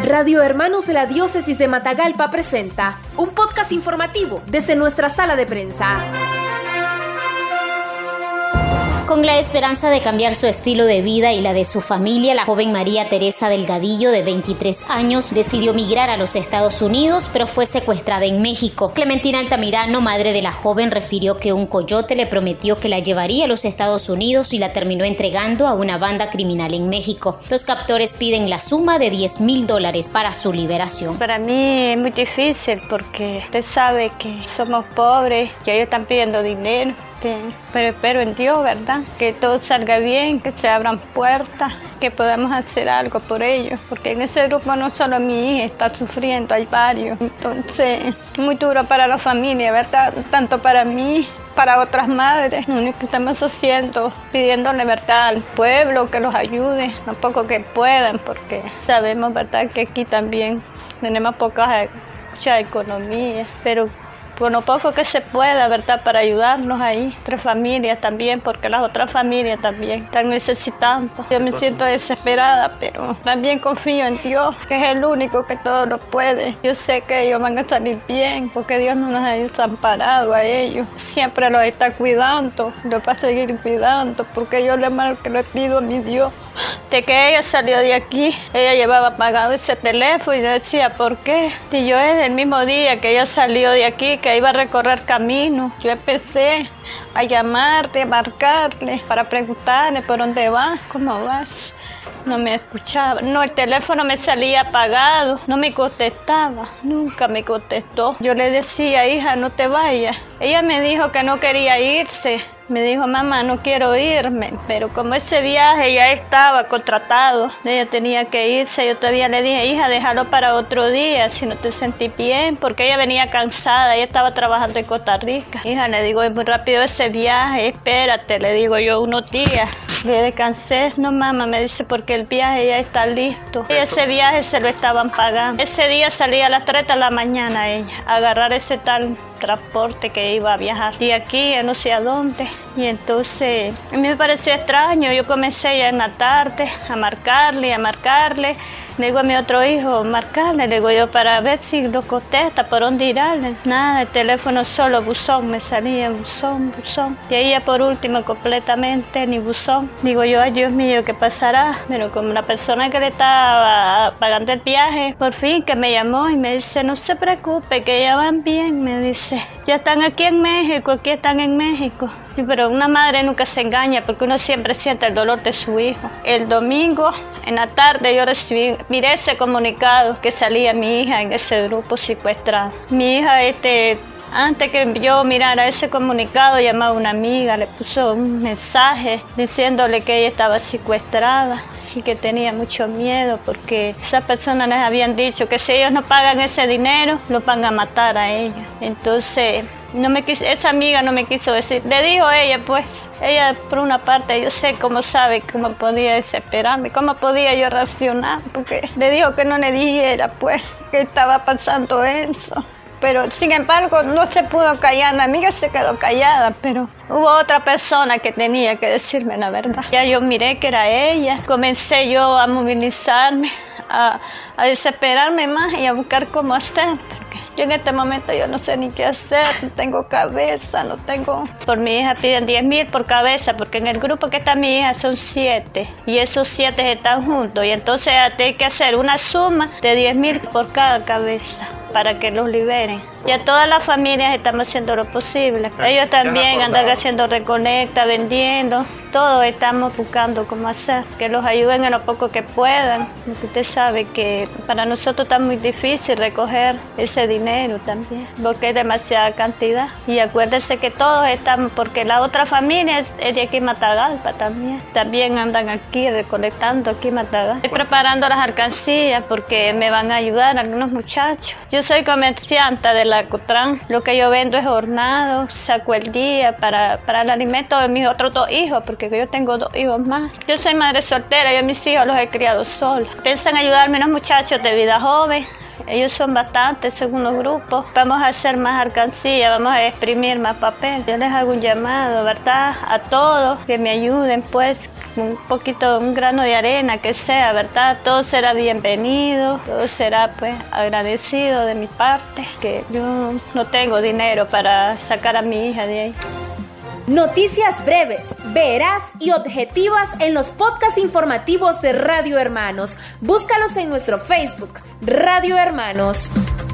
Radio Hermanos de la Diócesis de Matagalpa presenta un podcast informativo desde nuestra sala de prensa. Con la esperanza de cambiar su estilo de vida y la de su familia, la joven María Teresa Delgadillo, de 23 años, decidió migrar a los Estados Unidos, pero fue secuestrada en México. Clementina Altamirano, madre de la joven, refirió que un coyote le prometió que la llevaría a los Estados Unidos y la terminó entregando a una banda criminal en México. Los captores piden la suma de $10,000 para su liberación. Para mí es muy difícil porque usted sabe que somos pobres, que ellos están pidiendo dinero. Pero espero en Dios, ¿verdad? Que todo salga bien, que se abran puertas, que podamos hacer algo por ellos. Porque en ese grupo no solo mi hija está sufriendo, hay varios. Entonces, es muy duro para la familia, ¿verdad? Tanto para mí, para otras madres. Lo único que estamos haciendo, pidiéndole, ¿verdad?, al pueblo que los ayude, lo poco que puedan, porque sabemos, ¿verdad?, que aquí también tenemos mucha economía, pero con lo poco que se pueda, ¿verdad?, para ayudarnos ahí, otras familias también, porque las otras familias también están necesitando. Yo me siento desesperada, pero también confío en Dios, que es el único que todo lo puede. Yo sé que ellos van a salir bien, porque Dios no nos ha desamparado a ellos. Siempre los está cuidando, los va a seguir cuidando, porque yo le pido a mi Dios. De que ella salió de aquí, ella llevaba apagado ese teléfono y yo decía, ¿por qué? Si yo es el mismo día que ella salió de aquí, que iba a recorrer camino, yo empecé a llamarle, a marcarle, para preguntarle por dónde vas, cómo vas. No me escuchaba, no, el teléfono me salía apagado, no me contestaba, nunca me contestó. Yo le decía, hija, no te vayas. Ella me dijo que no quería irse. Me dijo, mamá, no quiero irme, pero como ese viaje ya estaba contratado, ella tenía que irse, yo todavía le dije, hija, déjalo para otro día, si no te sentís bien, porque ella venía cansada, ella estaba trabajando en Costa Rica. Hija, le digo, es muy rápido ese viaje, espérate, le digo yo, unos días. Le descansé, no mamá, me dice, porque el viaje ya está listo. Y ese viaje se lo estaban pagando. Ese día salía a las 3 de la mañana ella, a agarrar ese tal transporte que iba a viajar de aquí a no sé a dónde. Y entonces a mí me pareció extraño, yo comencé ya en la tarde a marcarle. Le digo a mi otro hijo, marcarle, le digo yo, para ver si lo contesta, por dónde irle. Nada, el teléfono solo buzón, me salía buzón. Y ahí ya por último completamente ni buzón. Digo yo, ay Dios mío, ¿qué pasará? Pero como la persona que le estaba pagando el viaje, por fin que me llamó y me dice, no se preocupe, que ya van bien, me dice. Ya están aquí en México, aquí están en México. Sí, pero una madre nunca se engaña porque uno siempre siente el dolor de su hijo. El domingo en la tarde yo miré ese comunicado que salía mi hija en ese grupo secuestrado. Mi hija, antes que yo mirara ese comunicado, llamaba a una amiga, le puso un mensaje diciéndole que ella estaba secuestrada y que tenía mucho miedo porque esas personas les habían dicho que si ellos no pagan ese dinero, los van a matar a ella. Entonces, esa amiga no me quiso decir, le dijo ella, pues, ella por una parte, yo sé cómo sabe, cómo podía desesperarme, cómo podía yo reaccionar, porque le dijo que no le dijera, pues, que estaba pasando eso. Pero sin embargo no se pudo callar, la amiga se quedó callada, pero hubo otra persona que tenía que decirme la verdad. Ya yo miré que era ella, comencé yo a movilizarme, a desesperarme más y a buscar cómo hacer. Porque yo en este momento yo no sé ni qué hacer, no tengo cabeza, no tengo... Por mi hija piden 10,000 por cabeza, porque en el grupo que está mi hija son 7 y esos 7 están juntos y entonces hay que hacer una suma de 10,000 por cada cabeza para que los liberen. Ya todas las familias estamos haciendo lo posible. Ellos también andan haciendo recolecta, vendiendo. Todos estamos buscando cómo hacer, que los ayuden en lo poco que puedan. Porque usted sabe que para nosotros está muy difícil recoger ese dinero también, porque es demasiada cantidad. Y acuérdense que todos estamos, porque la otra familia es de aquí en Matagalpa también. También andan aquí recolectando aquí en Matagalpa. Estoy preparando las alcancías porque me van a ayudar algunos muchachos. Yo soy comerciante de la Cotran. Lo que yo vendo es hornado, saco el día para el alimento de mis otros 2 hijos, porque yo tengo 2 hijos más. Yo soy madre soltera, yo a mis hijos los he criado solos. Piensan ayudarme unos muchachos de vida joven, ellos son bastantes según los grupos. Vamos a hacer más alcancía, vamos a exprimir más papel. Yo les hago un llamado, ¿verdad? A todos que me ayuden, pues, un poquito, un grano de arena que sea, ¿verdad? Todo será bienvenido, todo será, pues, agradecido de mi parte, que yo no tengo dinero para sacar a mi hija de ahí. Noticias breves, veraz y objetivas en los podcasts informativos de Radio Hermanos. Búscalos en nuestro Facebook, Radio Hermanos.